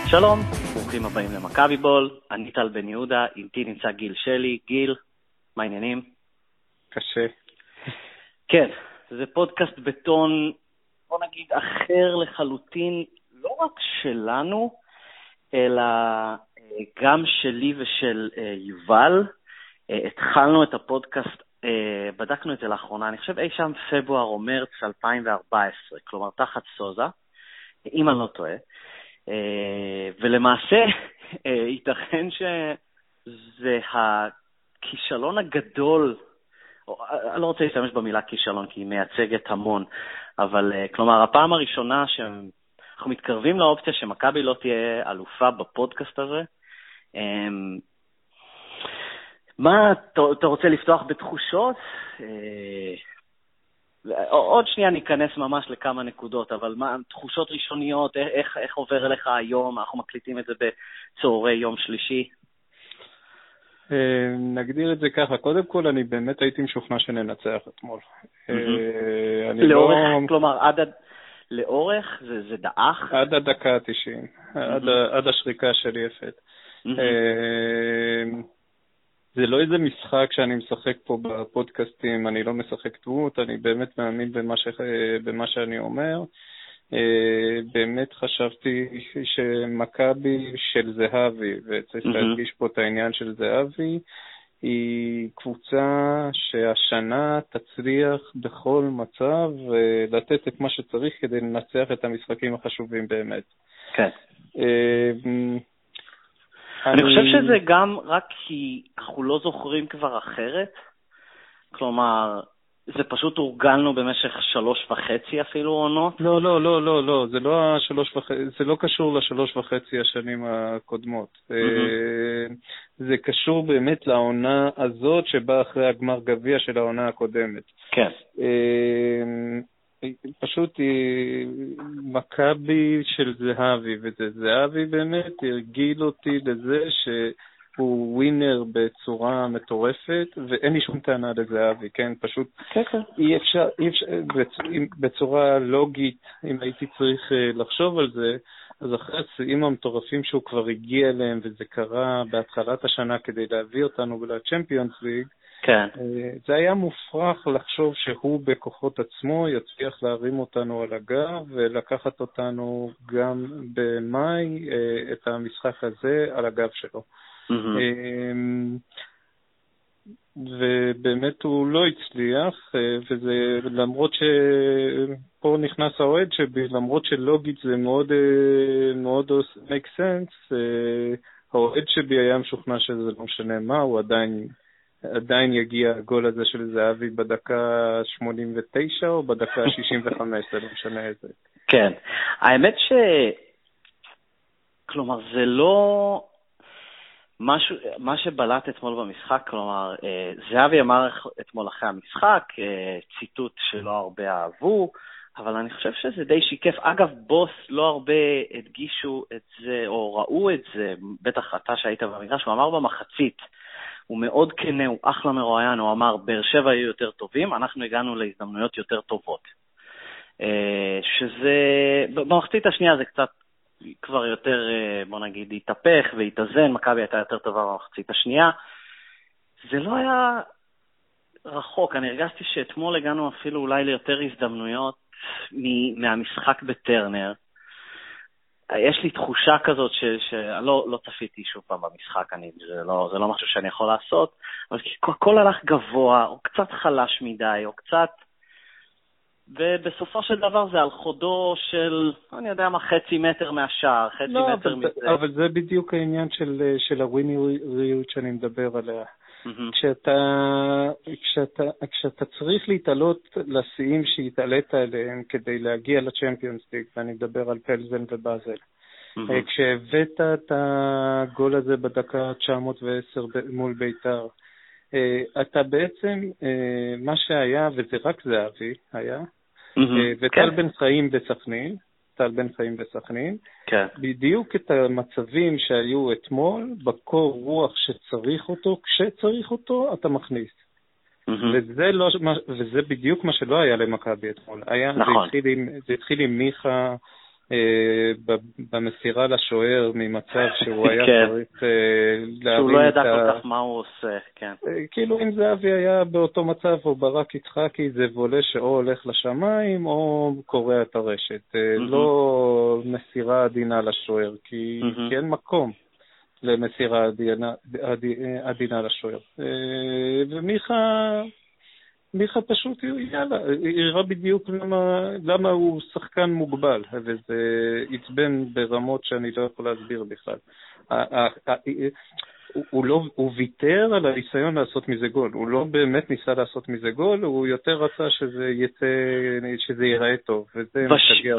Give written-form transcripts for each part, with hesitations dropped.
שלום, ברוכים הבאים למכבי בול, אני טל בן יהודה, איתי נמצא גיל שלי. גיל, מה העניינים? קשה. כן, זה פודקאסט בטון, בוא נגיד, אחר לחלוטין, לא רק שלנו, אלא גם שלי ושל יובל. התחלנו את הפודקאסט, בדקנו את זה לאחרונה, אני חושב אי שם פברואר או מרץ 2014, כלומר תחת סוזה, אם אני לא טועה. ולמעשה ייתכן שזה הכישלון הגדול, אני לא רוצה להשתמש במילה כישלון כי היא מייצגת המון, אבל כלומר הפעם הראשונה שאנחנו מתקרבים לאופציה שמכבי לא תהיה אלופה בפודקאסט הזה. מה, אתה רוצה לפתוח בתחושות? עוד שנייה ניכנס ממש לכמה נקודות, אבל מה, תחושות ראשוניות, איך עובר אליך היום? אנחנו מקליטים את זה בצהרי יום שלישי. נגדיר את זה ככה, קודם כל אני באמת הייתי משוכנע שננצח אתמול. לאורך, כלומר, לאורך זה דאח? עד הדקה ה-90, עד השריקה של יפת. זה לא איזה משחק שאני משחק פה בפודקאסטים, אני לא משחק דמות, אני באמת מאמין במה שאני אומר. באמת חשבתי שמכבי של זהבי, וצריך להדגיש פה את העניין של זהבי, היא קבוצה שהשנה תצליח בכל מצב לתת את מה שצריך כדי לנצח את המשחקים החשובים באמת. כן. אני חושב שזה גם רק כי אנחנו לא זוכרים כבר אחרת. כלומר, זה פשוט הורגלנו במשך 3.5 אפילו עונות. לא, זה לא קשור ל3.5 השנים הקודמות. זה קשור באמת לעונה הזאת שבאה אחרי הגמר גביע של העונה הקודמת. כן. פשוט מכבי של זהבי, וזה זהבי באמת הרגיל אותי לזה שהוא ווינר בצורה מטורפת, ואין לי שום טענה לזהבי, כן? פשוט אי אפשר, בצורה לוגית, אם הייתי צריך לחשוב על זה, אז אחרי השיאים המטורפים שהוא כבר הגיע אליהם, וזה קרה בהתחלת השנה כדי להביא אותנו לצ'מפיונס ליג, כן. זה היה מופרך לחשוב שהוא בכוחות עצמו יצליח להרים אותנו על הגב ולקחת אותנו גם במאי את המשחק הזה על הגב שלו. ובאמת הוא לא הצליח, וזה למרות שפה נכנס האוהד שבי, למרות שלוגית זה מאוד make sense, האוהד שבי היה משוכנע שזה לא משנה מה, הוא עדיין יגיע הגול הזה של זהבי בדקה 89 או בדקה 65, זה לא משנה איזה. כן, האמת כלומר זה לא מה שבלט אתמול במשחק, כלומר זהבי אמר אתמול אחרי המשחק, ציטוט שלא הרבה אהבו, אבל אני חושב שזה די שיקף. אגב, בוס לא הרבה הדגישו את זה או ראו את זה, בטח אתה שהיית במגרש, הוא אמר במחצית, הוא מאוד כנה, הוא אחלה מרואיין, הוא אמר, באר שבע היו יותר טובים, אנחנו הגענו להזדמנויות יותר טובות. שזה, במחצית השנייה זה קצת כבר יותר, בוא נגיד, התהפך והתאזן, מכבי הייתה יותר טובה במחצית השנייה. זה לא היה רחוק, אני הרגשתי שאתמול הגענו אפילו אולי ליותר הזדמנויות מהמשחק בטרנר. יש לי תחושה כזאת שלא צפיתי שוב פעם במשחק, זה לא משהו שאני יכול לעשות, אבל הכל הלך גבוה, או קצת חלש מדי, או קצת, ובסופו של דבר זה על חודו של, אני יודע מה, חצי מטר מהשער, חצי מטר מזה. אבל זה בדיוק העניין של הווינריות שאני מדבר עליה. כשאתה צריך להתעלות לשיאים שהתעלית עליהם כדי להגיע לצ'מפיונס ליג, ואני מדבר על פלזן ובאזל, כשהבאת את הגול הזה בדקה 910 מול ביתר, אתה בעצם, מה שהיה, וזה רק זהבי היה, וטל בן חיים בסכנין, בדיוק את המצבים שהיו אתמול, בקור רוח שצריך אותו, כשצריך אותו, אתה מכניס. וזה בדיוק מה שלא היה למכבי אתמול. זה התחיל עם מיכה, במסירה לשוער ממצב שהוא היה צריך להבין שהוא לא ידע כל כך מה הוא עושה, כן. כאילו אם זהבי היה באותו מצב, או ברק יצחקי, זה וולה שאו הולך לשמיים, או קורע את הרשת. לא מסירה עדינה לשוער, כי אין מקום למסירה עדינה לשוער. ומיכה פשוט, יאללה, הראה בדיוק למה הוא שחקן מוגבל, וזה עצבן ברמות שאני לא יכול להסביר בכלל. הוא ויתר על הניסיון לעשות מזה גול, הוא לא באמת ניסה לעשות מזה גול, הוא יותר רצה שזה ייראה טוב, וזה משגע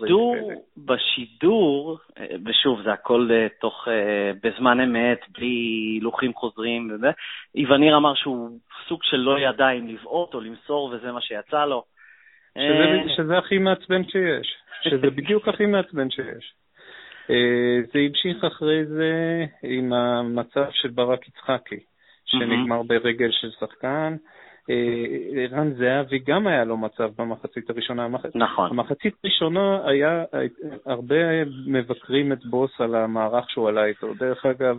בשידור, ושוב, זה הכל תוך, בזמן אמת, בלי הילוכים חוזרים, איווניר אמר שהוא סוג של לא ידע אם לבעוט או למסור, וזה מה שיצא לו. שזה הכי מעצבן שיש, שזה בדיוק הכי מעצבן שיש. זה המשיך אחרי זה עם המצב של ברק יצחקי, שנגמר ברגל של שחקן. רן זהבי גם היה לו מצב במחצית הראשונה. נכון. המחצית הראשונה היה הרבה מבקרים את בוס על המערך שהוא עלה איתו. דרך אגב,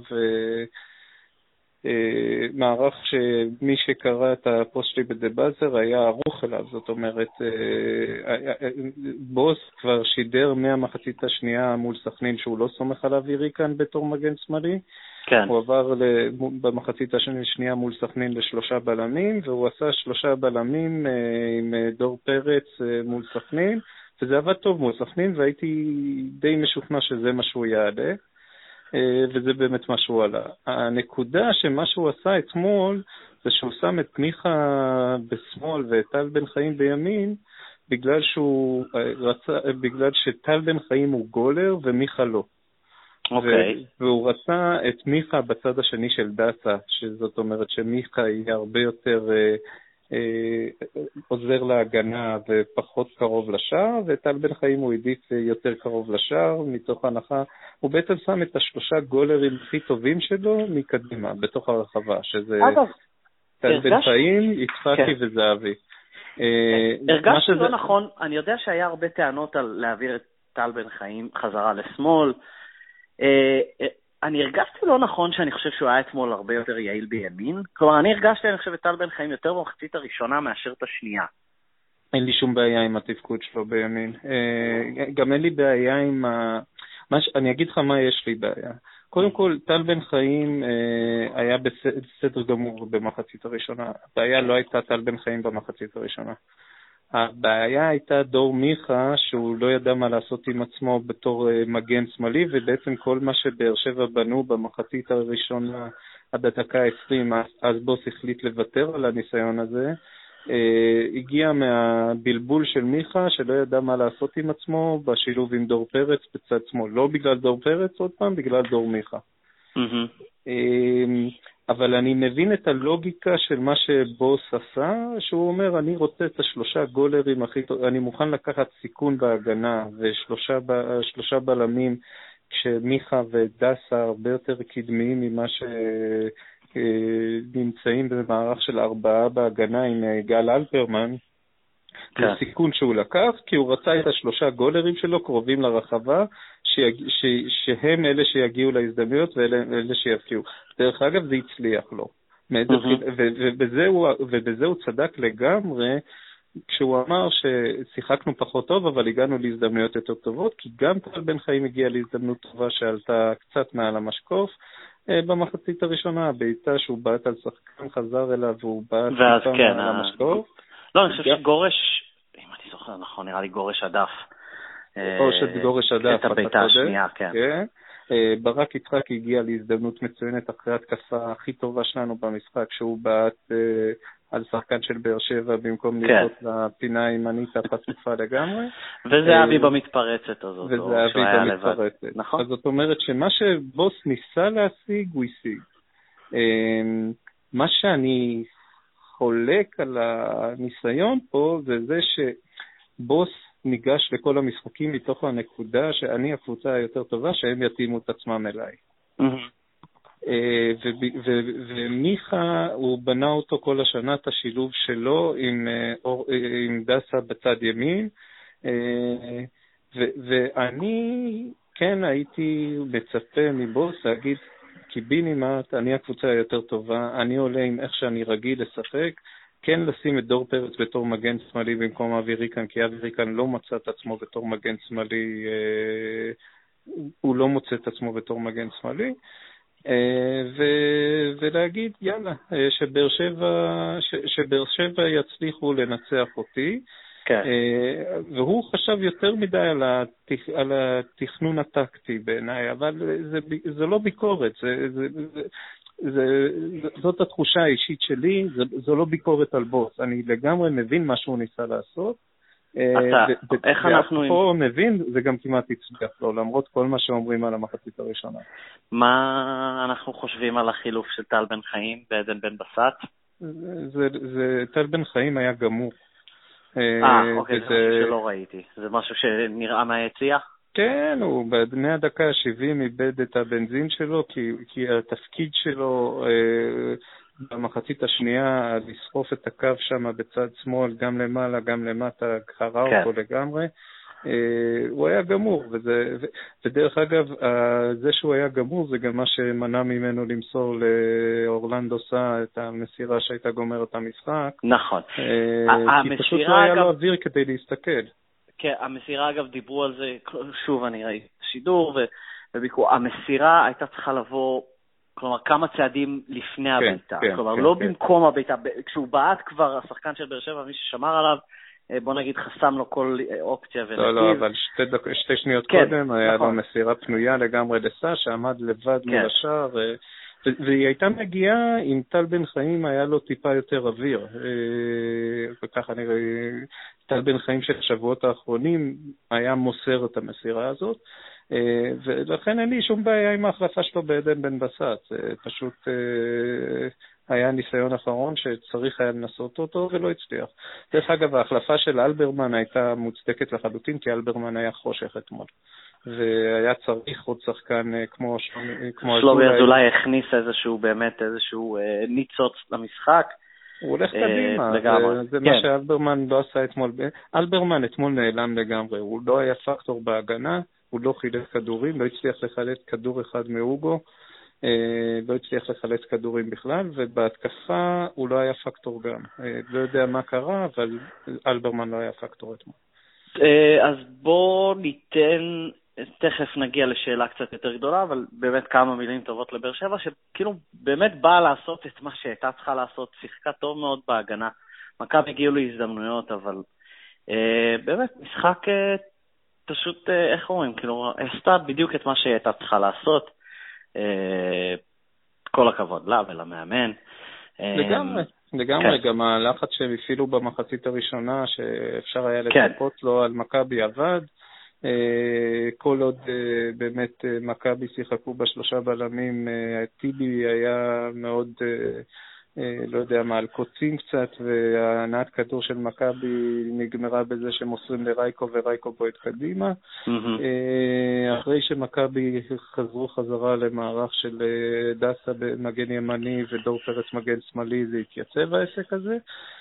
מערך שמי שקרא את הפוסט שלי בדבאזר היה ערוך אליו, זאת אומרת, בוס כבר שידר מהמחצית השנייה מול סכנין שהוא לא סומך עליו יריקן בתור מגן שמאלי, כן. הוא עבר במחצית השנייה מול סכנין ל3 בלמים, והוא עשה 3 בלמים עם דור פרץ מול סכנין, וזה עבד טוב מול סכנין, והייתי די משוכנע שזה מה שהוא יעלה. וזה באמת מה שהוא עלה. הנקודה שמה שהוא עשה אתמול, זה שהוא שם את מיכה בשמאל ואת טל בן חיים בימין, בגלל שטל בן חיים הוא גולר ומיכה לא. אוקיי. והוא רצה את מיכה בצד השני של דסה, שזאת אומרת שמיכה יהיה הרבה יותר עוזר להגנה ופחות קרוב לשער, וטל בן חיים הוא עדיף יותר קרוב לשער, מתוך הנחה, הוא בעצם שם את 3 גולרים הכי טובים שלו מקדימה, בתוך הרחבה, שזה טל בן חיים, יצחקי וזהבי. הרגשתי לא נכון, אני יודע שהיה הרבה טענות על להעביר את טל בן חיים חזרה לשמאל, אני הרגשתי לא נכון שאני חושב שהוא היה אתמול הרבה יותר יעיל בימין. כלומר, אני חושב את טל בן חיים יותר במחצית הראשונה מאשר את השנייה. אין לי שום בעיה עם התפקוד שלו בימין. גם אין לי בעיה עם אני אגיד לך מה יש לי בעיה. קודם כל, טל בן חיים היה בסדר גמור במחצית הראשונה. הבעיה לא הייתה טל בן חיים במחצית הראשונה. הבעיה הייתה דור מיכה, שהוא לא ידע מה לעשות עם עצמו בתור מגן שמאלי, ובעצם כל מה שבאר שבע בנו במחצית הראשונה עד הדקה 20, אז בוס החליט לוותר על הניסיון הזה, הגיע מהבלבול של מיכה, שלא ידע מה לעשות עם עצמו, בשילוב עם דור פרץ בצד שמאל. לא בגלל דור פרץ, עוד פעם, בגלל דור מיכה. אבל אני מבין את הלוגיקה של מה שבוס עשה, שהוא אומר, אני רוצה את 3 גולרים הכי טוב, אני מוכן לקחת סיכון בהגנה, ו3 בלמים, כשמיכה ודסה הרבה יותר קדמיים ממה שנמצאים במערך של 4 בהגנה עם גל אלפרמן, זה סיכון שהוא לקח, כי הוא רצה את 3 גולרים שלו קרובים לרחבה, שהם אלה שיגיעו להזדמנויות ואלה שיפקיעו. דרך אגב, זה הצליח לו. ובזה הוא צדק לגמרי, כשהוא אמר ששיחקנו פחות טוב, אבל הגענו להזדמנויות יותר טובות, כי גם טל בן חיים הגיע להזדמנות טובה שעלתה קצת מעל המשקוף, במחצית הראשונה, בעיטה שהוא בעט על שחקן, חזר אליו והוא בעט מעל המשקוף. לא, אני חושב שגורש, אם אני זוכר נכון, נראה לי גורש הדף. או שגורש הדף, את הביתה השנייה, כן. ברק יצחק הגיע להזדמנות מצוינת אחרי התקפה הכי טובה שלנו במשחק, שהוא בעט על שחקן של באר שבע במקום לבעוט לפינה הימנית החשופה לגמרי. וזה אבי במתפרצת הזאת. וזה אבי במתפרצת. נכון. אז זאת אומרת שמה שבוס ניסה להשיג, הוא השיג. מה שאני חולק על הניסיון פה, זה שבוס ניגש לכל המשחקים מתוך הנקודה שאני הקבוצה היותר טובה, שהם יתאימו את עצמם אליי. ומיכה, הוא בנה אותו כל השנה, את השילוב שלו עם דסה בצד ימין, ואני כן הייתי מצפה מבוס להגיד, קיבינימט, אני הקבוצה היותר טובה, אני עולה עם איך שאני רגיל לשחק, כן לשים את דור פרץ בתור מגן שמאלי במקום אבי ריקן, כי אבי ריקן לא מצא את עצמו בתור מגן שמאלי, הוא לא מוצא את עצמו בתור מגן שמאלי, ולהגיד, יאללה, שבאר שבע יצליחו לנצח אותי, כן. והוא חשב יותר מדי על התכנון הטקטי בעיניי, אבל זה לא ביקורת, זאת התחושה האישית שלי, זו לא ביקורת על בוס, אני לגמרי מבין מה שהוא ניסה לעשות, איך אנחנו פה מבין, זה גם כמעט הצליח לו, למרות כל מה שאומרים על המחצית הראשונה. מה אנחנו חושבים על החילוף של טל בן חיים ועדן בן בסט? טל בן חיים היה גמור. אוקיי, זה משהו שלא ראיתי. זה משהו שנראה מהיציאה? כן, הוא בני הדקה ה-70 איבד את הבנזין שלו, כי התפקיד שלו במחצית השנייה, לסחוף את הקו שם בצד שמאל, גם למעלה, גם למטה, קרא אותו לגמרי. הוא היה גמור, ודרך אגב, זה שהוא היה גמור זה גם מה שמנע ממנו למסור לאורלנדו סא את המסירה שהייתה גומרת את המשחק. נכון. כי פשוט לא היה לו אוויר כדי להסתכל. כן, המסירה אגב דיברו על זה, שוב אני ראיתי שידור וביקור, המסירה הייתה צריכה לבוא, כלומר כמה צעדים לפני הביתה, כלומר לא במקום הביתה, כשהוא בעט כבר השחקן של באר שבע, מי ששמר עליו, בוא נגיד חסם לו כל אופציה ונתיב. לא, אבל שתי שניות קודם היה לו מסירה פנויה לגמרי לסא, שעמד לבד מול השער, והיא הייתה מגיעה, עם טל בן חיים היה לו טיפה יותר אוויר, וככה נראה, טל בן חיים של השבועות האחרונים היה מוסר את המסירה הזאת, ולכן אין לי שום בעיה עם ההחלפה שלו בעדן בן בסט, זה פשוט היה ניסיון אחרון שצריך היה לנסות אותו ולא הצליח. דרך אגב, ההחלפה של אלברמן הייתה מוצדקת לחלוטין, כי אלברמן היה חושך אתמול. והיה צריך עוד שחקן כמו שלומי אזולאי הכניס איזשהו ניצוץ למשחק. הוא הולך קדימה, זה מה שאלברמן לא עשה אתמול. אלברמן אתמול נעלם לגמרי, הוא לא היה פקטור בהגנה, הוא לא חילק כדורים, לא הצליח לחלץ כדור אחד מאוגו, לא הצליח לחלץ כדורים בכלל, ובהתקפה הוא לא היה פקטור גם. לא יודע מה קרה, אבל אלברמן לא היה פקטור אתמול. אז בוא ניתן, תכף נגיע לשאלה קצת יותר גדולה, אבל באמת כמה מילים טובות לבאר שבע, שכאילו באמת באה לעשות את מה שהייתה צריכה לעשות, שיחקה טוב מאוד בהגנה. מכבי הגיעו להזדמנויות, אבל באמת משחק פשוט, איך אומרים, כאילו, עשתה בדיוק את מה שהייתה צריכה לעשות. כל הכבוד לה ולמאמן. לגמרי, גם הלחץ שהם הפעילו במחצית הראשונה, שאפשר היה לצפות לו על מכבי עבד, כל עוד באמת מכבי שיחקו בשלושה בלמים, טיבי היה מאוד, לא יודע מה, על קוצים קצת, והנעת כדור של מכבי נגמרה בזה שמוסרים לרייקו ורייקו בועט קדימה. אחרי שמכבי חזרו חזרה למערך של דסה במגן ימני ודור פרץ מגן שמאלי, זה התייצב העסק הזה.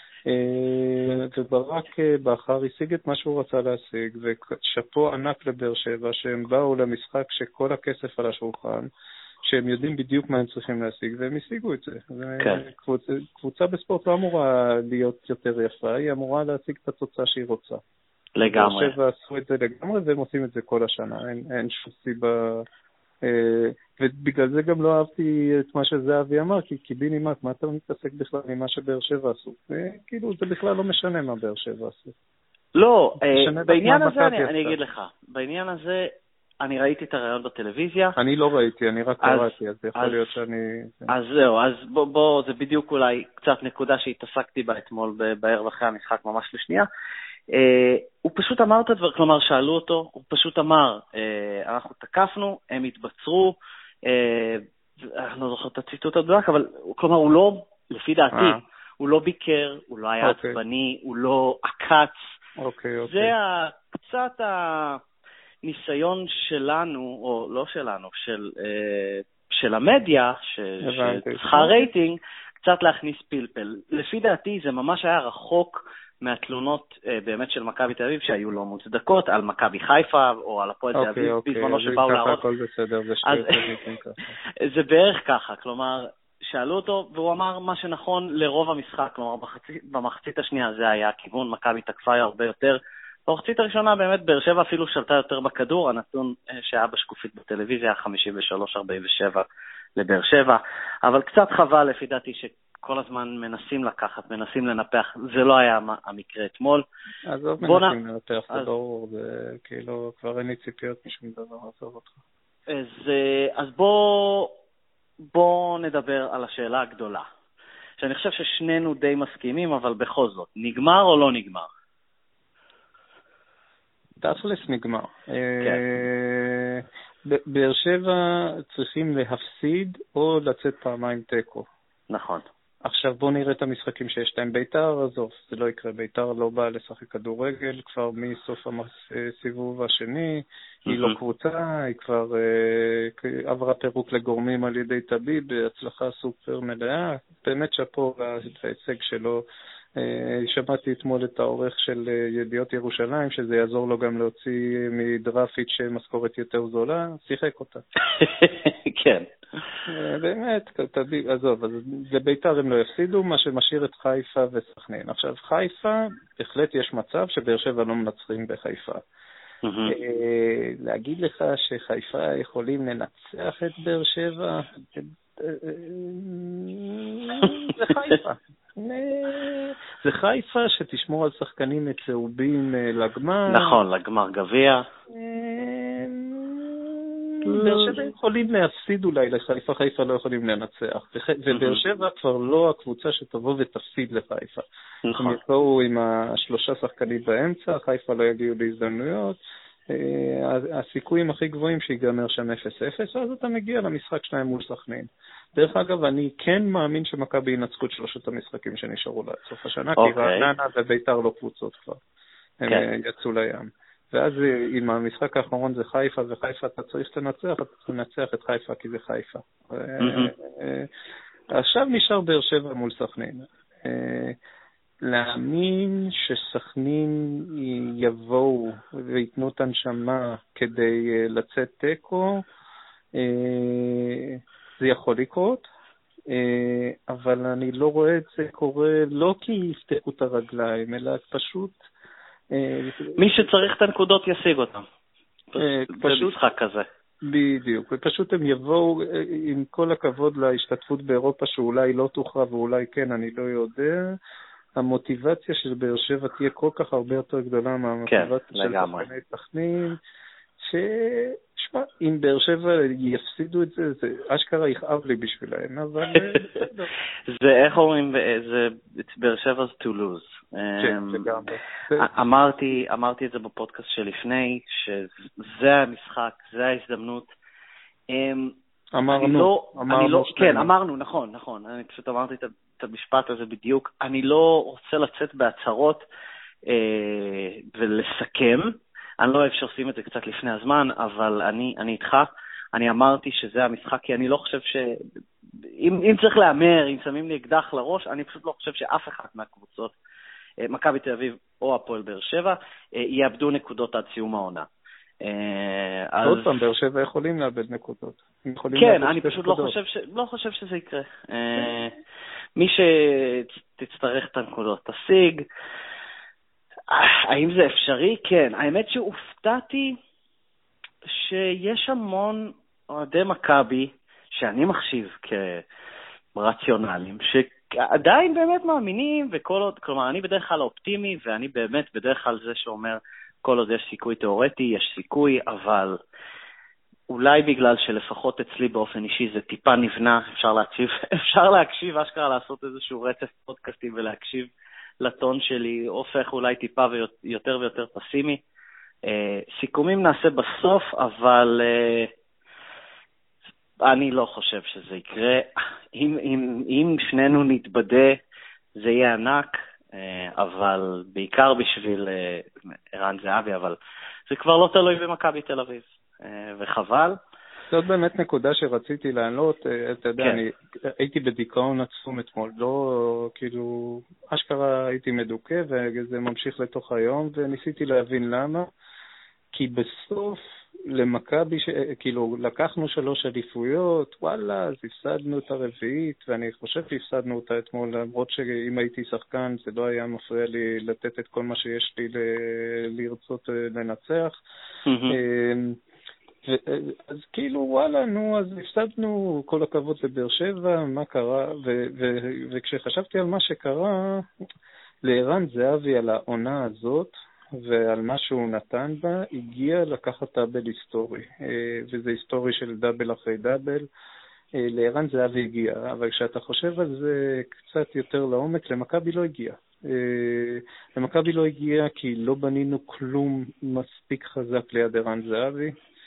וברק באחר השיג את מה שהוא רצה להשיג, ושפו ענק לבאר שבע שהם באו למשחק שכל הכסף על השולחן, שהם יודעים בדיוק מה הם צריכים להשיג, והם השיגו את זה. קבוצה בספורט לא אמורה להיות יותר יפה, היא אמורה להשיג את התוצאה שהיא רוצה. לגמרי. באר שבע עשו את זה לגמרי, והם עושים את זה כל השנה, אין שום סיבה. ובגלל זה גם לא אהבתי את מה שזהבי אמר, כי קיבינימט, מה אתה מתעסק בכלל עם מה שבאר שבע עשו? כאילו, זה בכלל לא משנה מה באר שבע עשו. לא, בעניין הזה אני אגיד לך, בעניין הזה אני ראיתי את הרעיון בטלוויזיה. אני לא ראיתי, אני רק קראתי, אז יכול להיות שאני... אז זהו, אז בוא, זה בדיוק אולי קצת נקודה שהתעסקתי בה אתמול בערב אחרי המשחק ממש לשנייה. הוא פשוט אמר את הדבר, כלומר שאלו אותו, הוא פשוט אמר, אנחנו תקפנו, הם התבצרו, אני לא זוכר את הציטוט הדויק, אבל כלומר הוא לא, לפי דעתי, הוא לא ביקר, הוא לא היה עצבני, הוא לא עקץ. זה קצת הניסיון שלנו, או לא שלנו, של המדיה, שצריכה רייטינג, קצת להכניס פלפל. לפי דעתי זה ממש היה רחוק מהתלונות באמת של מכבי תל אביב שהיו לא מוצדקות, על מכבי חיפה או על הפועל תל אביב, בזמנו שבאו להראות. הכל בסדר, זה שטויות ככה. זה בערך ככה, כלומר, שאלו אותו והוא אמר מה שנכון לרוב המשחק, כלומר במחצית השנייה זה היה הכיוון, מכבי תקפה הרבה יותר. במחצית הראשונה באמת באר שבע אפילו שלטה יותר בכדור, הנתון שהיה בשקופית בטלוויזיה 53-47 לבאר שבע, אבל קצת חבל לפי דעתי שכל הזמן מנסים לקחת, מנסים לנפח, זה לא היה המקרה אתמול. עזוב מנסים לנפח, זה ברור, זה כאילו כבר אין לי ציפיות משום דבר, עזוב אותך. אז בוא נדבר על השאלה הגדולה, שאני חושב ששנינו די מסכימים, אבל בכל זאת, נגמר או לא נגמר? תכלס נגמר. באר שבע צריכים להפסיד או לצאת פעמיים תיקו. נכון. עכשיו בוא נראה את המשחקים שיש להם. ביתר, עזוב, זה לא יקרה. ביתר לא באה לשחק כדורגל כבר מסוף הסיבוב השני. היא לא קבוצה, היא כבר עברה פירוק לגורמים על ידי טביב, בהצלחה סופר מלאה. באמת שפו ההישג שלו. שמעתי אתמול את העורך של ידיעות ירושלים, שזה יעזור לו גם להוציא מדרפיץ' משכורת יותר זולה, שיחק אותה. כן. באמת, עזוב, אז לביתר הם לא יפסידו, מה שמשאיר את חיפה וסכנין. עכשיו, חיפה, בהחלט יש מצב שבאר שבע לא מנצחים בחיפה. להגיד לך שחיפה יכולים לנצח את באר שבע, זה חיפה. זה חיפה שתשמור על שחקנים צהובים לגמר. נכון, לגמר גביע. באר שבע יכולים להפסיד אולי לחיפה, חיפה לא יכולים לנצח. ובאר שבע כבר לא הקבוצה שתבוא ותפסיד לחיפה. הם יבואו עם השלושה שחקנים באמצע, חיפה לא יגיעו להזדמנויות. הסיכויים הכי גבוהים שיגמר שם 0-0, אז אתה מגיע למשחק שלהם מול סכנין. דרך אגב, אני כן מאמין שמכבי ינצחו את שלושת המשחקים שנשארו לה סוף השנה, כי רעננה וביתר לא קבוצות כבר. הם יצאו לים. ואז אם המשחק האחרון זה חיפה, וחיפה אתה צריך לנצח, אתה צריך לנצח את חיפה כי זה חיפה. עכשיו נשאר באר שבע מול סכנין. להאמין שסכנין יבואו ויתנו את הנשמה כדי לצאת טקו, זה יכול לקרות, אבל אני לא רואה את זה קורה לא כי יפתחו את הרגליים, אלא פשוט... מי שצריך את הנקודות ישיג אותם. פשוט משחק כזה. בדיוק, ופשוט הם יבואו עם כל הכבוד להשתתפות באירופה שאולי לא תוכרע ואולי כן, אני לא יודע. המוטיבציה של באר שבע תהיה כל כך הרבה יותר גדולה מהמוטיבציה של שחקני סכנין, ששמע, אם באר שבע יפסידו את זה, זה אשכרה יכאב לי בשבילהם, אבל בסדר. זה איך אומרים, זה באר שבע to lose. כן, לגמרי. אמרתי את זה בפודקאסט שלפני, שזה המשחק, זה ההזדמנות. אמרנו, נכון. אני פשוט אמרתי את המשפט הזה בדיוק. אני לא רוצה לצאת בהצהרות ולסכם. אני לא אוהב שעושים את זה קצת לפני הזמן, אבל אני איתך. אני אמרתי שזה המשחק, כי אני לא חושב אם צריך לאמר, אם שמים לי אקדח לראש, אני פשוט לא חושב שאף אחד מהקבוצות, מכבי תל אביב או הפועל באר שבע, יאבדו נקודות עד סיום העונה. עוד פעם, באר שבע יכולים לאבד נקודות. כן, אני פשוט לא חושב שזה יקרה. מי שתצטרך את הנקודות תשיג. האם זה אפשרי? כן. האמת שהופתעתי שיש המון אוהדי מכבי שאני מחשיב כרציונליים, שעדיין באמת מאמינים, כלומר, אני בדרך כלל אופטימי, ואני באמת בדרך כלל זה שאומר, כל עוד יש סיכוי תיאורטי, יש סיכוי, אבל אולי בגלל שלפחות אצלי באופן אישי זה טיפה נבנה, אפשר להקשיב, אשכרה לעשות איזשהו רצף פודקאסטים ולהקשיב לטון שלי, הופך אולי טיפה ויותר ויותר פסימי. סיכומים נעשה בסוף, אבל אני לא חושב שזה יקרה. אם שנינו נתבדה, זה יהיה ענק, אבל בעיקר בשביל ערן זהבי, אבל זה כבר לא תלוי במכבי תל אביב, וחבל. זאת באמת נקודה שרציתי לעלות, אתה יודע, כן. אני הייתי בדיכאון עצום אתמול, לא, כאילו, אשכרה הייתי מדוכא, וזה ממשיך לתוך היום, וניסיתי להבין למה, כי בסוף למכבי, כאילו, לקחנו 3 אליפויות, וואלה, אז הפסדנו את הרביעית, ואני חושב שהפסדנו אותה אתמול, למרות שאם הייתי שחקן, זה לא היה מפריע לי לתת את כל מה שיש לי לרצות לנצח. אז כאילו, וואלה, נו, אז הפסדנו, כל הכבוד לבאר שבע, מה קרה? וכשחשבתי על מה שקרה, לערן זהבי על העונה הזאת, ועל מה שהוא נתן בה, הגיע לקחת דאבל היסטורי, וזה היסטורי של דאבל אחרי דאבל. לערן זהבי הגיע, אבל כשאתה חושב על זה קצת יותר לעומק, למכבי לא הגיע. למכבי לא הגיע כי לא בנינו כלום מספיק חזק ליד ערן זהבי.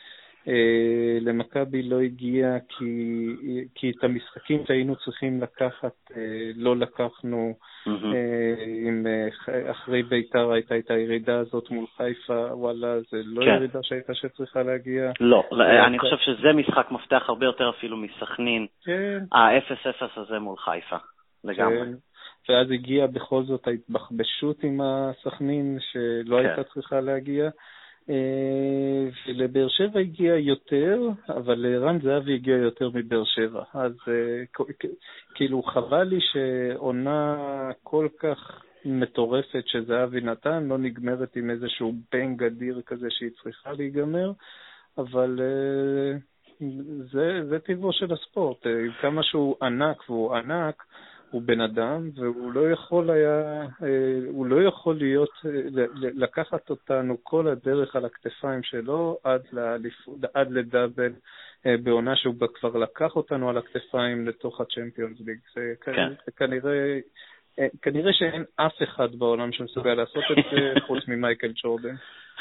למכבי לא הגיע כי את המשחקים שהיינו צריכים לקחת, לא לקחנו. אחרי ביתר הייתה את הירידה הזאת מול חיפה, וואלה, זה לא ירידה שהייתה שצריכה להגיע. לא, אני חושב שזה משחק מפתח הרבה יותר אפילו מסכנין. ה-0-0 הזה מול חיפה, לגמרי. ואז הגיע בכל זאת ההתבחבשות עם הסכנין שלא הייתה צריכה להגיע. ולבאר שבע הגיע יותר, אבל לערן זהבי הגיע יותר מבאר שבע. אז כאילו חבל לי שעונה כל כך מטורפת שזהבי נתן, לא נגמרת עם איזשהו בנג אדיר כזה שהיא צריכה להיגמר, אבל זה טבעו של הספורט. כמה שהוא ענק והוא ענק, הוא בן אדם, והוא לא יכול היה, הוא לא יכול להיות, לקחת אותנו כל הדרך על הכתפיים שלו, עד לדאבל, בעונה שהוא כבר לקח אותנו על הכתפיים לתוך הצ'מפיונס ליג. זה כנראה שאין אף אחד בעולם שמסוגל לעשות את זה, חוץ ממייקל ג'ורדן.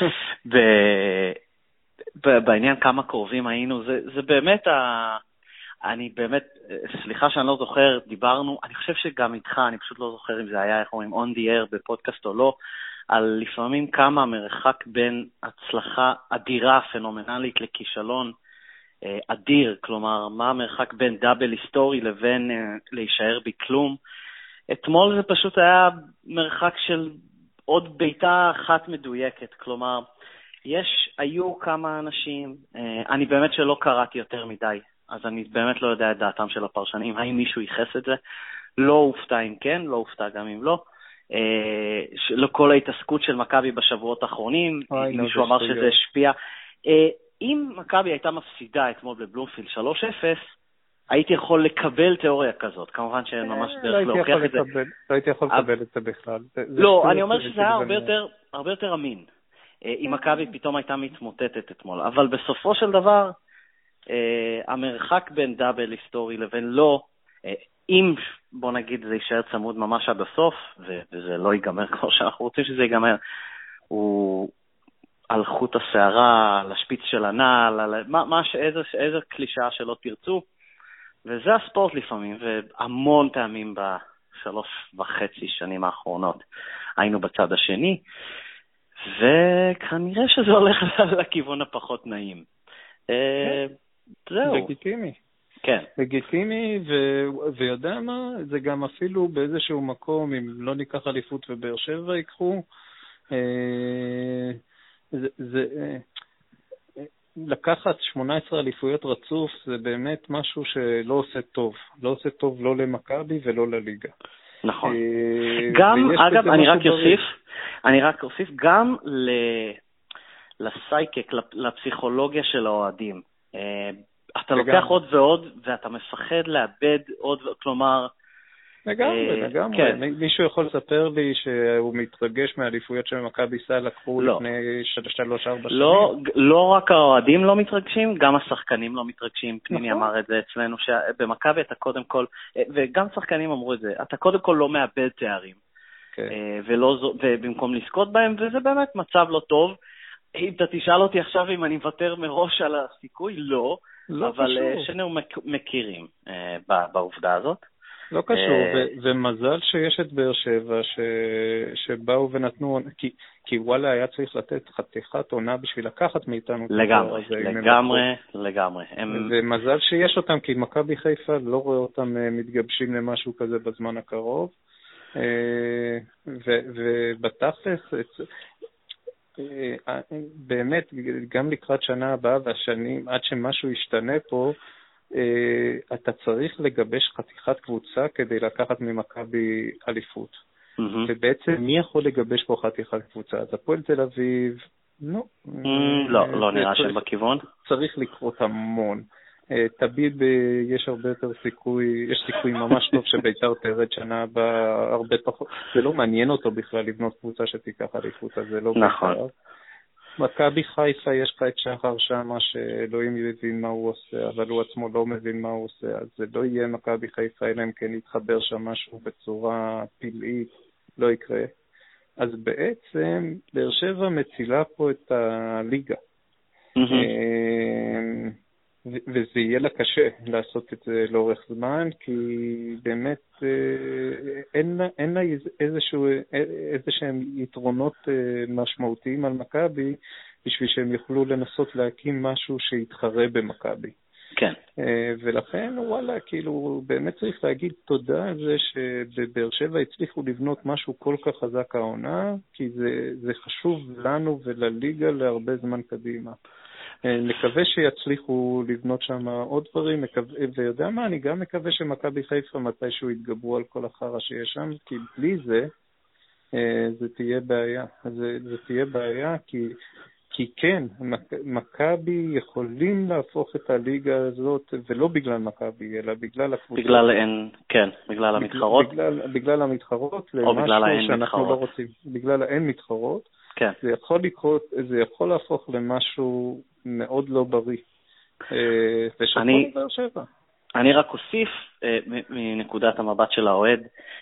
בעניין כמה קרובים היינו, זה באמת אני באמת, סליחה שאני לא זוכר, דיברנו, אני חושב שגם איתך, אני פשוט לא זוכר אם זה היה, איך אומרים, on the air בפודקאסט או לא, על לפעמים כמה המרחק בין הצלחה אדירה, פנומנלית, לכישלון אדיר, כלומר, מה המרחק בין דאבל היסטורי לבין להישאר בכלום. אתמול זה פשוט היה מרחק של עוד ביתה אחת מדויקת, כלומר, היו כמה אנשים, אני באמת שלא קראתי יותר מדי, אז אני באמת לא יודע את דעתם של הפרשנים, האם מישהו ייחס את זה, לא הופתע אם כן, לא הופתע גם אם לא, כל ההתעסקות של מכבי בשבועות האחרונים, מישהו אמר שזה השפיע, אם מכבי הייתה מפסידה אתמול בבלומפילד 3-0, הייתי יכול לקבל תיאוריה כזאת, כמובן שאין ממש דרך להוכיח את זה. לא הייתי יכול לקבל את זה בכלל. לא, אני אומר שזה היה הרבה יותר אמין, אם מכבי פתאום הייתה מתמוטטת אתמול, אבל בסופו של דבר, המרחק בין דאבל היסטורי לבין לא, אם בוא נגיד זה יישאר צמוד ממש עד הסוף, וזה לא ייגמר כמו שאנחנו רוצים שזה ייגמר, הוא על חוט השערה, על השפיץ של הנעל, איזה קלישה שלא תרצו, וזה הספורט לפעמים, והמון פעמים ב3.5 שנים האחרונות היינו בצד השני, וכנראה שזה הולך לכיוון הפחות נעים. זהו. לגיטימי. כן. לגיטימי, ויודע מה, זה גם אפילו באיזשהו מקום, אם לא ניקח אליפות ובאר שבע ייקחו, לקחת 18 אליפויות רצוף, זה באמת משהו שלא עושה טוב. לא עושה טוב לא למכבי ולא לליגה. נכון. גם, אגב, אני רק אוסיף, גם לסייקק, לפסיכולוגיה של האוהדים. אתה לוקח עוד ועוד, ואתה מפחד לאבד עוד, כלומר... לגמרי. כן. מישהו יכול לספר לי שהוא מתרגש מהאליפויות שמכבי סל לקחו לפני 3-4 שנים? לא רק האוהדים לא מתרגשים, גם השחקנים לא מתרגשים. פניני אמר את זה אצלנו, שבמכבי אתה קודם כל, וגם שחקנים אמרו את זה, אתה קודם כל לא מאבד תארים, ובמקום לזכות בהם, וזה באמת מצב לא טוב. אם אתה תשאל אותי עכשיו אם אני מוותר מראש על הסיכוי, לא אבל שנינו מכירים בעובדה הזאת. לא קשור, ומזל שיש את באר שבע שבאו ונתנו, כי וואלה היה צריך לתת חתיכת עונה בשביל לקחת מאיתנו. לגמרי. ומזל שיש אותם, כי מכבי חיפה לא רואה אותם מתגבשים למשהו כזה בזמן הקרוב. ובתכלס, באמת, גם לקראת שנה הבאה והשנים, עד שמשהו ישתנה פה, אתה צריך לגבש חתיכת קבוצה כדי לקחת ממכבי אליפות. ובעצם מי יכול לגבש פה חתיכת קבוצה? אז הפועל תל אביב, לא נראה שהם בכיוון. צריך לקרות המון. תמיד יש הרבה יותר סיכוי, יש סיכוי ממש טוב שביתר תרד שנה הבאה הרבה פחות. זה לא מעניין אותו בכלל לבנות קבוצה שתיקח אליפות, אז זה לא ביתר. מכבי חיפה יש לך את שחר שמה שאלוהים מבין מה הוא עושה, אבל הוא עצמו לא מבין מה הוא עושה, אז זה לא יהיה מכבי חיפה, אלא אם כן יתחבר שם משהו בצורה פלאית, לא יקרה. אז בעצם באר שבע מצילה פה את הליגה. וזה יהיה לה קשה לעשות את זה לאורך זמן, כי באמת אין לה איזשהם יתרונות משמעותיים על מכבי, בשביל שהם יוכלו לנסות להקים משהו שיתחרה במכבי. כן. ולכן, וואלה, כאילו, באמת צריך להגיד תודה על זה שבבאר שבע הצליחו לבנות משהו כל כך חזק העונה, כי זה חשוב לנו ולליגה להרבה זמן קדימה. נקווה שיצליחו לבנות שם עוד דברים, ויודע מה, אני גם מקווה שמכבי חיפה מתישהו יתגברו על כל החרא שיש שם, כי בלי זה תהיה בעיה. זה תהיה בעיה, כי כן, מכבי יכולים להפוך את הליגה הזאת, ולא בגלל מכבי, אלא בגלל הקבוצה. בגלל המתחרות. בגלל המתחרות, או בגלל האין שאנחנו לא רוצים. בגלל האין מתחרות. כן. זה יכול להפוך למשהו מאוד לא בריא. אני רק אוסיף מנקודת המבט של האוהד,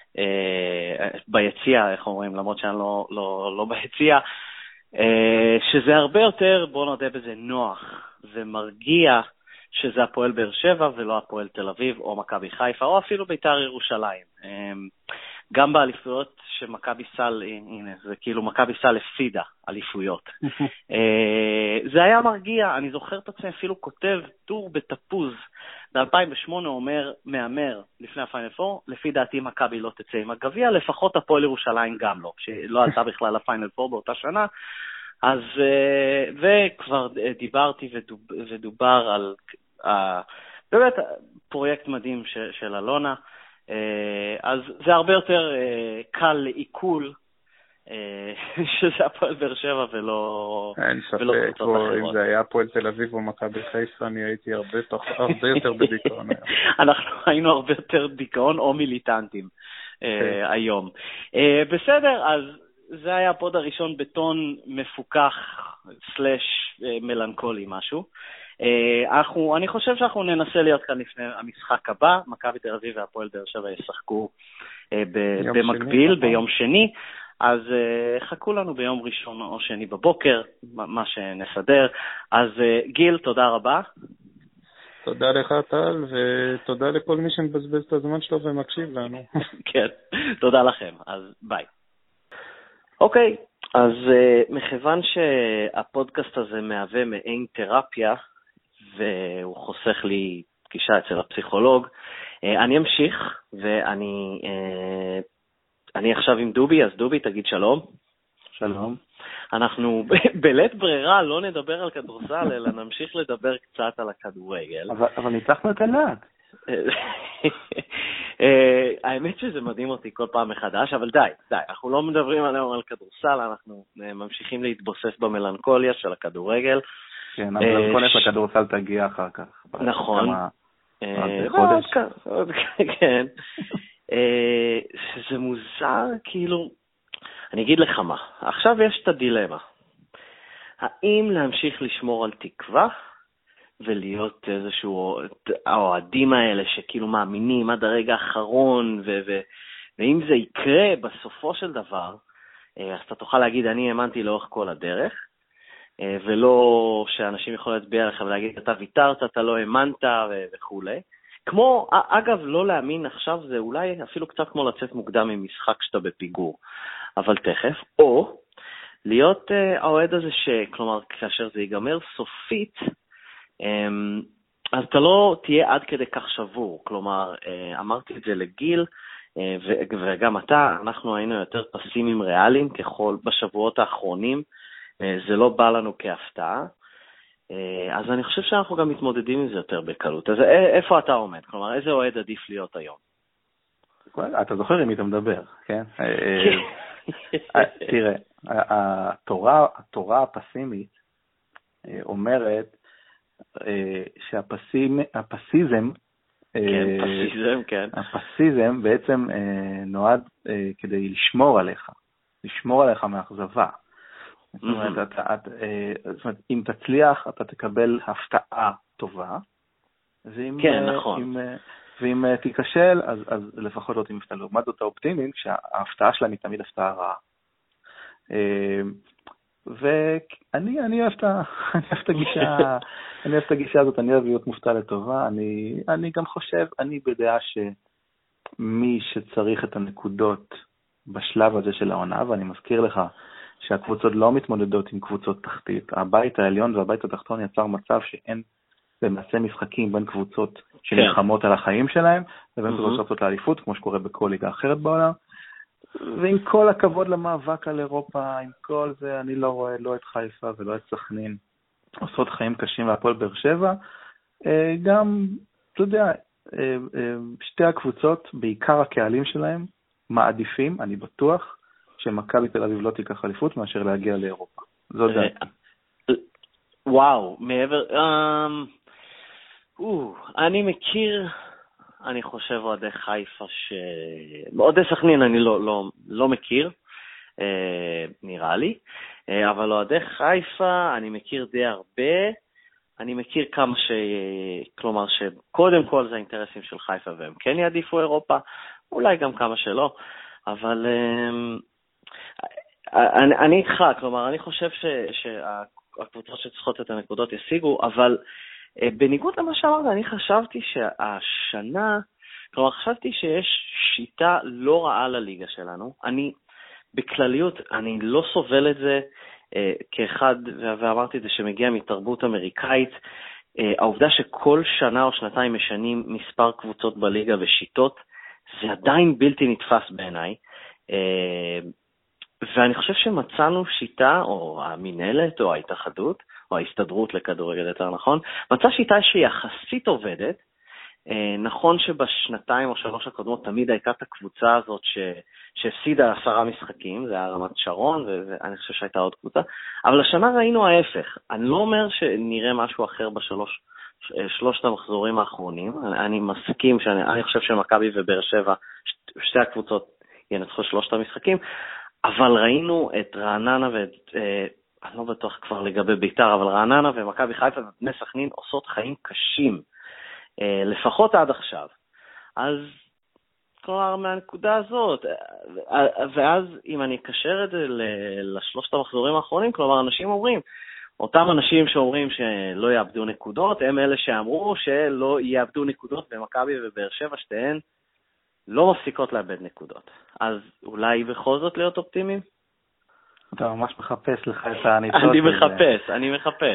ביציע, איך אומרים, למרות שאני לא ביציע, שזה הרבה יותר, בוא נודה בזה, נוח ומרגיע שזה הפועל באר שבע ולא הפועל תל אביב או מכבי חיפה או אפילו ביתר ירושלים. גם באליפויות שמכבי סל, הנה, זה כאילו מכבי סל הפסידה אליפויות. זה היה מרגיע, אני זוכר את עצמי אפילו כותב טור בתפוז, ב-2008 אומר, מאמר לפני הפיינל פור, לפי דעתי מכבי לא תצא עם הגביע, לפחות הפועל ירושלים גם לא, שלא עלתה בכלל לפיינל פור באותה שנה. אז, וכבר דיברתי ודובר על באמת פרויקט מדהים של אלונה, אז זה הרבה יותר קל לעיכול שזה הפועל באר שבע ולא קבוצות אחרות. אם זה היה הפועל תל אביב או מכבי חיפה, אני הייתי הרבה יותר בדיכאון היום. אנחנו היינו הרבה יותר דיכאון או מיליטנטים היום. בסדר, אז זה היה הפוד הראשון בטון מפוקח סלש מלנכולי משהו. אני חושב שאנחנו ננסה להיות כאן לפני המשחק הבא, מכבי תל אביב והפועל באר שבע ישחקו במקביל ביום שני, אז חכו לנו ביום ראשון או שני בבוקר, מה שנסדר. אז גיל, תודה רבה. תודה לך טל, ותודה לכל מי שמבזבז את הזמן שלו ומקשיב לנו. כן, תודה לכם, אז ביי. אוקיי, אז מכיוון שהפודקאסט הזה מהווה מעין תרפיה, והוא חוסך לי פגישה אצל הפסיכולוג, אני אמשיך, ואני עכשיו עם דובי, אז דובי תגיד שלום. שלום. אנחנו בלית ברירה לא נדבר על כדורסל, אלא נמשיך לדבר קצת על הכדורגל. אבל ניצחנו את אלעד. האמת שזה מדהים אותי כל פעם מחדש, אבל די, אנחנו לא מדברים עליהם על כדורסל, אנחנו ממשיכים להתבוסס במלנכוליה של הכדורגל. כן, המלנכוליה של הכדורסל תגיע אחר כך. נכון. חודש. כן. שזה מוזר, כאילו, אני אגיד לך מה, עכשיו יש את הדילמה. האם להמשיך לשמור על תקווה, ולהיות איזשהו, האוהדים האלה שכאילו מאמינים עד הרגע האחרון, ואם זה יקרה בסופו של דבר, אז אתה תוכל להגיד, אני האמנתי לאורך כל הדרך, ולא שאנשים יכולים להצביע לך ולהגיד, אתה ויתרת, אתה לא האמנת וכו'. כמו, אגב, לא להאמין עכשיו, זה אולי אפילו קצת כמו לצאת מוקדם ממשחק שאתה בפיגור, אבל תכף, או להיות האוהד הזה כלומר, כאשר זה ייגמר סופית, אז אתה לא תהיה עד כדי כך שבור, כלומר, אמרתי את זה לגיל, וגם אנחנו היינו יותר פסימיים ריאליים ככל בשבועות האחרונים, זה לא בא לנו כהפתעה, אז אני חושב שאנחנו גם מתמודדים עם זה יותר בקלות. אז איפה אתה עומד? כלומר, איזה אוהד עדיף להיות היום? אתה זוכר עם מי אתה מדבר, כן? תראה, התורה הפסימית אומרת שהפסיזם, הפסיזם בעצם נועד כדי לשמור עליך מאכזבה. זאת אומרת, אם תצליח, אתה תקבל הפתעה טובה, ואם תיכשל, אז לפחות לא תמפתע. לעומת זאת האופטימיים, שההפתעה שלהם היא תמיד הפתעה רעה. ואני אוהב את הגישה הזאת, אני אוהב להיות מופתע לטובה. אני גם חושב, אני בדעה שמי שצריך את הנקודות בשלב הזה של העונה, ואני מזכיר לך שהקבוצות לא מתמודדות עם קבוצות תחתית. הבית העליון והבית התחתון יצר מצב שאין במעשה משחקים בין קבוצות שנלחמות על החיים שלהם, לבין קבוצות שרצות לאליפות, כמו שקורה בכל ליגה אחרת בעולם. ועם כל הכבוד למאבק על אירופה, עם כל זה, אני לא רואה לא את חיפה ולא את סכנין עושות חיים קשים להפועל באר שבע. גם, אתה יודע, שתי הקבוצות, בעיקר הקהלים שלהם, מעדיפים, אני בטוח, שמכבי תל אביב לא תיקח אליפות מאשר להגיע לאירופה. זו דעתי. וואו, מעבר... אני מכיר, אני חושב אוהדי חיפה אוהדי סכנין אני לא מכיר, נראה לי, אבל אוהדי חיפה אני מכיר די הרבה, אני מכיר כמה כלומר שקודם כל זה האינטרסים של חיפה והם כן יעדיפו אירופה, אולי גם כמה שלא, אבל אני איתך, כלומר אני חושב שהקבוצות שצריכות את הנקודות ישיגו, אבל בניגוד למה שאמרת, אני חשבתי שהשנה, כלומר חשבתי שיש שיטה לא רעה לליגה שלנו. אני, בכלליות, אני לא סובל את זה כאחד, ואמרתי את זה שמגיע מתרבות אמריקאית, העובדה שכל שנה או שנתיים משנים מספר קבוצות בליגה ושיטות, זה עדיין בלתי נתפס בעיניי. ואני חושב שמצאנו שיטה, או המנהלת, או ההתאחדות, או ההסתדרות לכדורגל יותר נכון, מצא שיטה שהיא יחסית עובדת. נכון שבשנתיים או שלוש הקודמות תמיד הייתה את הקבוצה הזאת שהפסידה 10 משחקים, זה היה רמת שרון, ואני חושב שהייתה עוד קבוצה, אבל השנה ראינו ההפך. אני לא אומר שנראה משהו אחר בשלושת המחזורים האחרונים, אני מסכים אני חושב שמכבי ובאר שבע, שתי הקבוצות ינצחו 3 המשחקים, אבל ראינו את רעננה אני לא בטוח כבר לגבי ביתר, אבל רעננה ומכבי חיפה ובני סכנין עושות חיים קשים, לפחות עד עכשיו. אז כלומר מהנקודה הזאת, ואז אם אני אקשר את זה לשלושת המחזורים האחרונים, כלומר אנשים אומרים, אותם אנשים שאומרים שלא יאבדו נקודות, הם אלה שאמרו שלא יאבדו נקודות, ומכבי ובאר שבע שתיהן לא מפסיקות לאבד נקודות. אז אולי בכל זאת להיות אופטימיים? אתה ממש מחפש לך את הניצות. אני מחפש.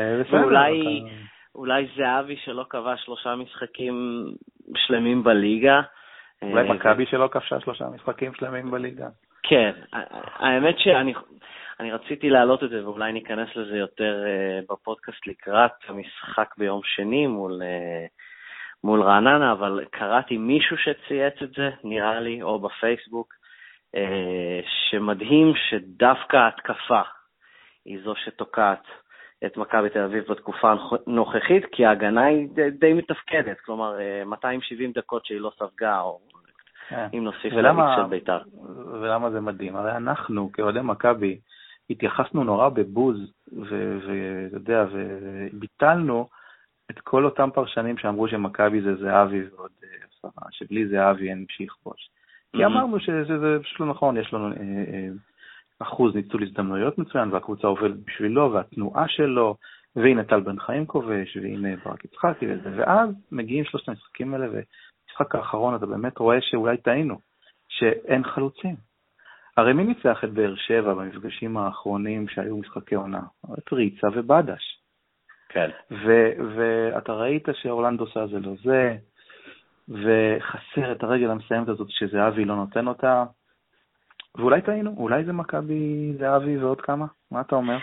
אולי זהבי שלא כבש 3 משחקים שלמים בליגה. אולי מכבי שלא כבשה 3 משחקים שלמים בליגה. כן, האמת שאני רציתי להעלות את זה, ואולי ניכנס לזה יותר בפודקאסט לקראת המשחק ביום שני מול רעננה, אבל קראתי מישהו שצייץ את זה, נראה לי, או בפייסבוק, שמדהים שדווקא ההתקפה היא זו שתוקעת את מכבי תל אביב בתקופה הנוכחית, כי ההגנה היא די מתפקדת, כלומר 270 דקות שהיא לא ספגה, או אם נוסיף להגיד של ביתר. ולמה זה מדהים? הרי אנחנו כאוהדי מכבי התייחסנו נורא בבוז, וביטלנו את כל אותם פרשנים שאמרו שמכבי זה זהבי ועוד 10, שבלי זהבי אין מי שיכבוש. כי אמרנו שזה פשוט לא נכון, יש לנו אחוז ניצול הזדמנויות מצוין, והקבוצה עובדת בשבילו, והתנועה שלו, והנה טל בן חיים כובש, והנה ברק יצחקי וזה, ואז מגיעים שלושת המשחקים האלה, ובמשחק האחרון אתה באמת רואה שאולי טעינו, שאין חלוצים. הרי מי ניצח את באר שבע במפגשים האחרונים שהיו משחקי עונה? את ריצה ובדש. כן. ואתה ראית שאורלנדו עושה זה לא זה, וחסר את הרגל המסיימת הזאת שזהבי לא נותן אותה, ואולי טעינו, אולי זה מכבי זהבי ועוד כמה? מה אתה אומר?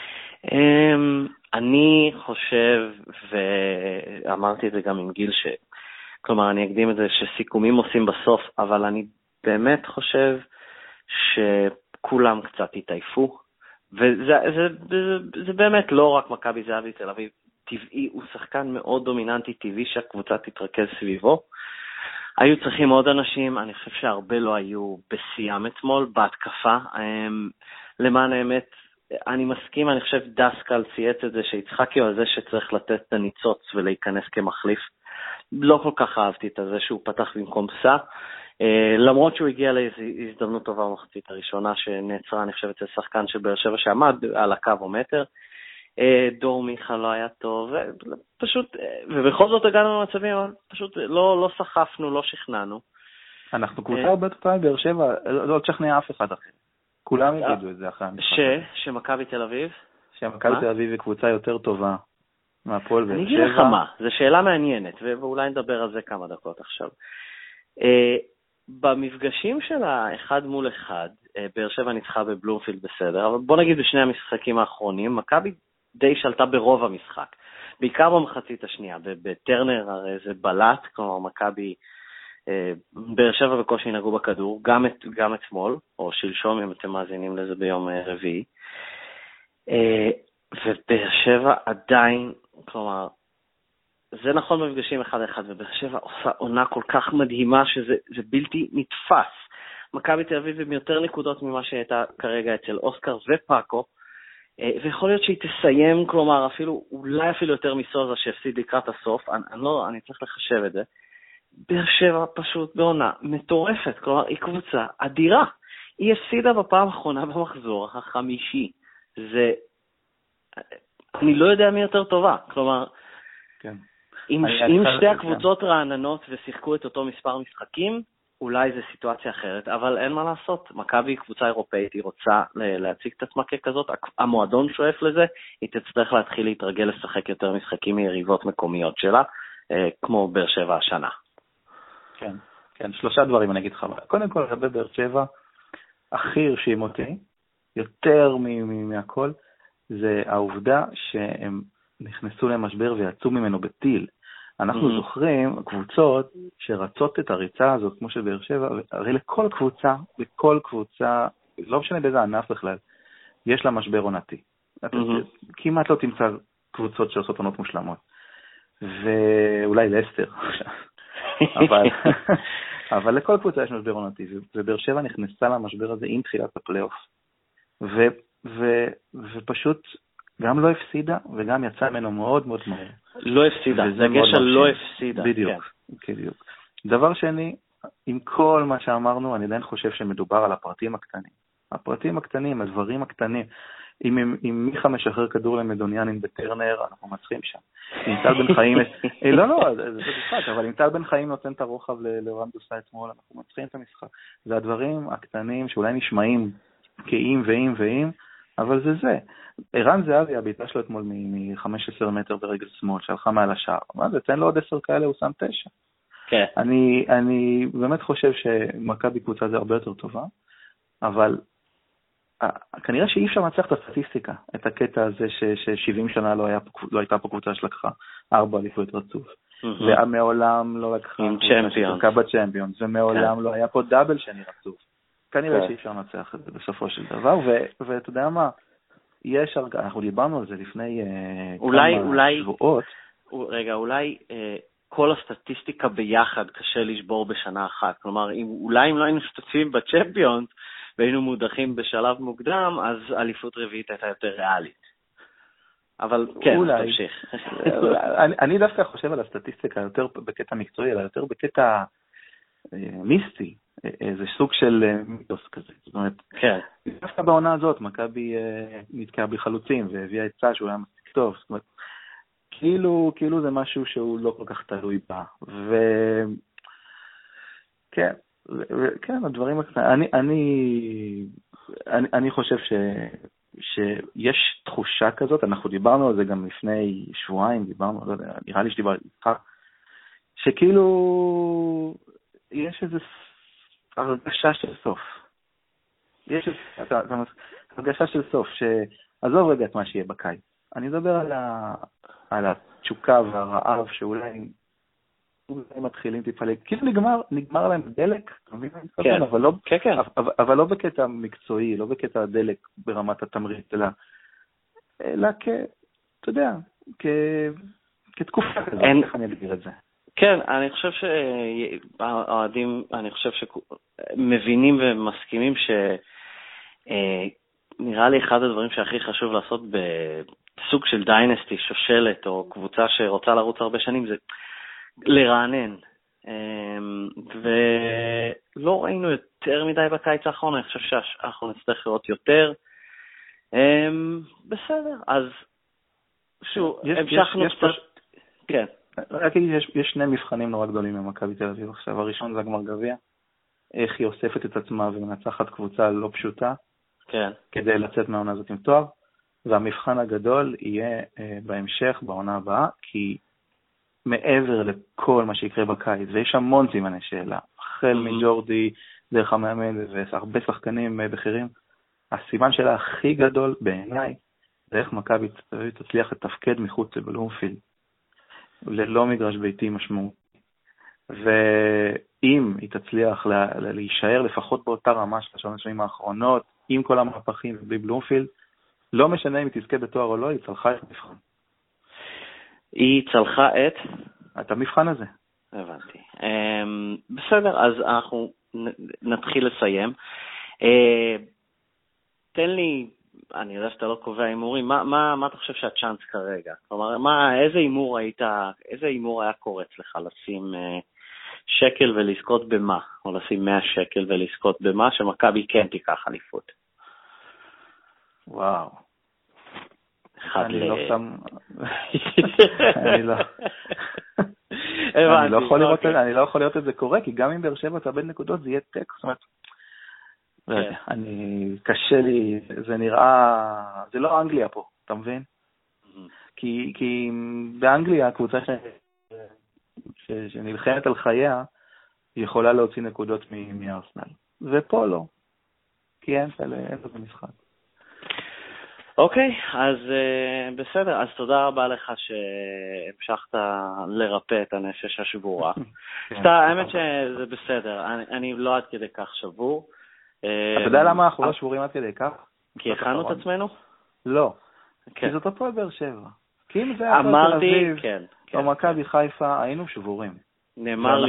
אני חושב, ואמרתי את זה גם עם גיל, כלומר אני אקדים את זה שסיכומים עושים בסוף, אבל אני באמת חושב שכולם קצת התעייפו, וזה באמת לא רק מכבי זהבי תל אביב, טבעי, הוא שחקן מאוד דומיננטי, טבעי שהקבוצה תתרכז סביבו. היו צריכים עוד אנשים, אני חושב שהרבה לא היו בסיים אתמול, בהתקפה. למען האמת, אני מסכים, אני חושב דסקל צייץ את זה, שיצחקי על זה שצריך לתת את הניצוץ ולהיכנס כמחליף. לא כל כך אהבתי את זה שהוא פתח במקום סע, למרות שהוא הגיע להזדמנות טובה במחצית הראשונה שנעצרה, אני חושב, אצל שחקן של באר שבע שעמד על הקו או מטר. דור מיכה לא היה טוב, פשוט, ובכל זאת הגענו למצבים, פשוט לא סחפנו, לא שכנענו. אנחנו קבוצה הרבה טובה באר שבע, לא תשכנע אף אחד אחר. כולם יגידו את זה אחרי המשחק. שמכבי תל אביב? שמכבי תל אביב היא קבוצה יותר טובה מהפועל באר שבע. אני אגיד לך מה, זו שאלה מעניינת, ואולי נדבר על זה כמה דקות עכשיו. במפגשים של האחד מול אחד, באר שבע ניצחה בבלומפילד בסדר, אבל בוא נגיד בשני המשחקים האחרונים, מכבי די שלטה ברוב המשחק, בעיקר במחצית השנייה, בטרנר הרי זה בלט, כלומר מכבי, באר שבע בקושי נגעו בכדור, גם אתמול, או שלשום אם אתם מאזינים לזה ביום רביעי, ובאר שבע עדיין, כלומר, זה נכון במפגשים אחד, ובאר שבע עושה עונה כל כך מדהימה שזה בלתי נתפס. מכבי תל אביב עם יותר נקודות ממה שהייתה כרגע אצל אוסקר ופאקו, ויכול להיות שהיא תסיים, כלומר, אולי אפילו יותר מסוזה שהפסיד לקראת הסוף, אני צריך לחשב את זה. באר שבע פשוט בעונה מטורפת, כלומר, היא קבוצה אדירה. היא הפסידה בפעם האחרונה במחזור החמישי. אני לא יודע מי יותר טובה, כלומר, כן. אם שתי הקבוצות רעננות ושיחקו את אותו מספר משחקים, אולי זו סיטואציה אחרת, אבל אין מה לעשות. מכבי היא קבוצה אירופאית, היא רוצה להציג את עצמה ככזאת, המועדון שואף לזה, היא תצטרך להתחיל להתרגל לשחק יותר משחקים מיריבות מקומיות שלה, כמו באר שבע השנה. כן, כן, שלושה דברים אני אגיד לך. קודם כל, לגבי באר שבע, הכי הרשים אותי, יותר מהכל, זה העובדה שהם נכנסו למשבר ויצאו ממנו בטיל. אנחנו זוכרים קבוצות שרצות את הריצה הזאת, כמו שבאר שבע, הרי לכל קבוצה, לא משנה באיזה ענף בכלל, יש לה משבר עונתי. כמעט לא תמצא קבוצות שעושות עונות מושלמות. ואולי לסטר. אבל לכל קבוצה יש משבר עונתי, ובאר שבע נכנסה למשבר הזה עם תחילת הפלייאוף. ופשוט גם לא הפסידה, וגם יצא ממנו מאוד מאוד מהר. לא הפסידה, דגש על לא הפסידה. בדיוק, בדיוק. דבר שני, עם כל מה שאמרנו, אני עדיין חושב שמדובר על הפרטים הקטנים. הפרטים הקטנים, הדברים הקטנים. אם מיכה משחרר כדור למדוניאנים בטרנר, אנחנו מצחים שם. אם טל בן חיים... לא, זה משחק, אבל אם טל בן חיים נותן את הרוחב לרנדוסה אתמול, אנחנו מצחים את המשחק. זה הדברים הקטנים שאולי נשמעים כאיים ואיים, אבל זה. ערן זהבי, הביתה שלו אתמול מ-15 מטר ברגל שמאל, שהלכה מעל השער. מה זה? תן לו עוד 10 כאלה, הוא שם 9. כן. אני באמת חושב שמכבי קבוצה זה הרבה יותר טובה, אבל כנראה שאי אפשר לנצח את הסטטיסטיקה, את הקטע הזה ש70 שנה לא הייתה פה קבוצה שלקחה 4 אליפויות רצוף. ומעולם לא לקחה בצ'מפיונס, ומעולם לא היה פה דאבל שני רצוף. כנראה שאי אפשר לנצח את זה בסופו של דבר, ואתה יודע מה, אנחנו דיברנו על זה לפני כמה שבועות. רגע, אולי כל הסטטיסטיקה ביחד קשה לשבור בשנה אחת. כלומר, אולי אם לא היינו שותפים בצ'מפיונס והיינו מודחים בשלב מוקדם, אז אליפות רביעית הייתה יותר ריאלית. אבל כן, תמשיך. אני דווקא חושב על הסטטיסטיקה יותר בקטע מקצועי, אלא יותר בקטע מיסטי. איזה סוג של מיתוס כזה. זאת אומרת, כן. דווקא בעונה הזאת, מכבי נתקעה בחלוצים והביאה את צע שהוא היה מספיק טוב. זאת אומרת, כאילו זה משהו שהוא לא כל כך תלוי בה. כן, כן, הדברים הקטנים. אני חושב שיש תחושה כזאת, אנחנו דיברנו על זה גם לפני שבועיים, לא יודע, נראה לי שדיברתי איתך, שכאילו יש איזו הרגשה של סוף. יש הרגשה של סוף, שעזוב רגע את מה שיהיה בקיץ. אני מדבר על התשוקה והרעב שאולי מתחילים טיפה, כאילו נגמר להם דלק, כן, אבל לא בקטע מקצועי, לא בקטע הדלק ברמת התמריץ, אלא אתה יודע, כתקופה כזאת, איך אני אגדיר את זה? כן, אני חושב שהאוהדים, מבינים ומסכימים נראה לי אחד הדברים שהכי חשוב לעשות בסוג של דיינסטי, שושלת, או קבוצה שרוצה לרוץ הרבה שנים, זה לרענן. ולא ראינו יותר מדי בקיץ האחרון, אני חושב שאנחנו נצטרך לראות יותר. בסדר, אז שוב, המשכנו קצת. כן. רק אגיד, יש שני מבחנים נורא גדולים ממכבי תל אביב. עכשיו, הראשון זה הגמר גביע. איך היא אוספת את עצמה ומנצחת קבוצה לא פשוטה, כן. כדי לצאת מהעונה הזאת עם תואר. והמבחן הגדול יהיה בהמשך, בעונה הבאה, כי מעבר לכל מה שיקרה בקיץ, ויש המון סימני שאלה, החל מג'ורדי, דרך המאמן והרבה שחקנים בכירים, הסימן שלה הכי גדול בעיניי, זה איך מכבי תצליח לתפקד מחוץ לבלומפילד, ללא מגרש ביתי משמעות. ואם היא תצליח להישאר לפחות באותה רמה של השנים האחרונות, עם כל המהפכים בלי בלומפילד, לא משנה אם היא תזכה בתואר או לא, היא צלחה את המבחן. היא צלחה את המבחן הזה. הבנתי. בסדר, אז אנחנו נתחיל לסיים. תן לי, אני יודע שאתה לא קובע אימורים, מה אתה חושב שהצ'אנס כרגע? כלומר, איזה אימור היה קורץ לך לשים שקל ולזכות במה? או לשים 100 שקל ולזכות במה שמכבי כן תיקח אליפות? וואו. אני לא שם... אני לא יכול לראות את זה קורה, כי גם אם באר שבע תאבד נקודות, זה יהיה טק. זאת אומרת, קשה לי, זה נראה... זה לא אנגליה פה, אתה מבין? כי באנגליה הקבוצה שנלחמת על חייה, היא יכולה להוציא נקודות מארסנל. ופה לא. כי אין זה משחק. אוקיי, אז בסדר, אז תודה רבה לך שהמשכת לרפא את הנפש השבורה. האמת שזה בסדר, אני לא עד כדי כך שבור. אתה יודע למה אנחנו לא שבורים עד כדי כך? כי הכנו את עצמנו? לא, כי זאת הפועל באר שבע. כי אם זה הפועל תל אביב או מכבי חיפה, היינו שבורים. נאמר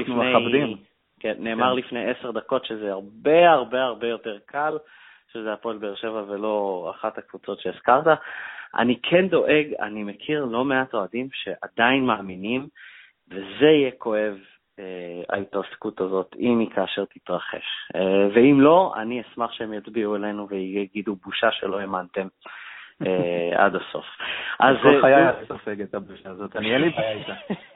לפני 10 דקות שזה הרבה יותר קל, שזה הפועל באר שבע ולא אחת הקבוצות שהזכרת. אני כן דואג, אני מכיר לא מעט אוהדים שעדיין מאמינים, וזה יהיה כואב ההתרסקות הזאת, אם היא כאשר תתרחש. ואם לא, אני אשמח שהם יצביעו אלינו ויגידו בושה שלא האמנתם עד הסוף. אז כל חיי סופג את הבושה הזאת, אני אין לי בעיה איתה.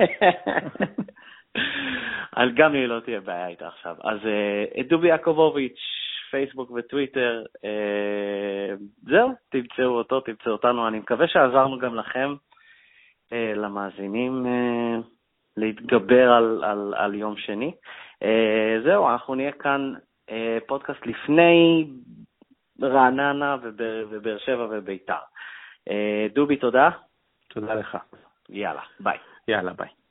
גם לי לא תהיה בעיה איתה עכשיו. אז דובי יעקובוביץ', פייסבוק וטוויטר, זהו, תמצאו אותו, תמצאו אותנו. אני מקווה שעזרנו גם לכם, למאזינים, להתגבר על יום שני. זהו, אנחנו נהיה כאן פודקאסט לפני רעננה ובאר שבע וביתר. דובי, תודה. תודה לך. יאללה, ביי. יאללה, ביי.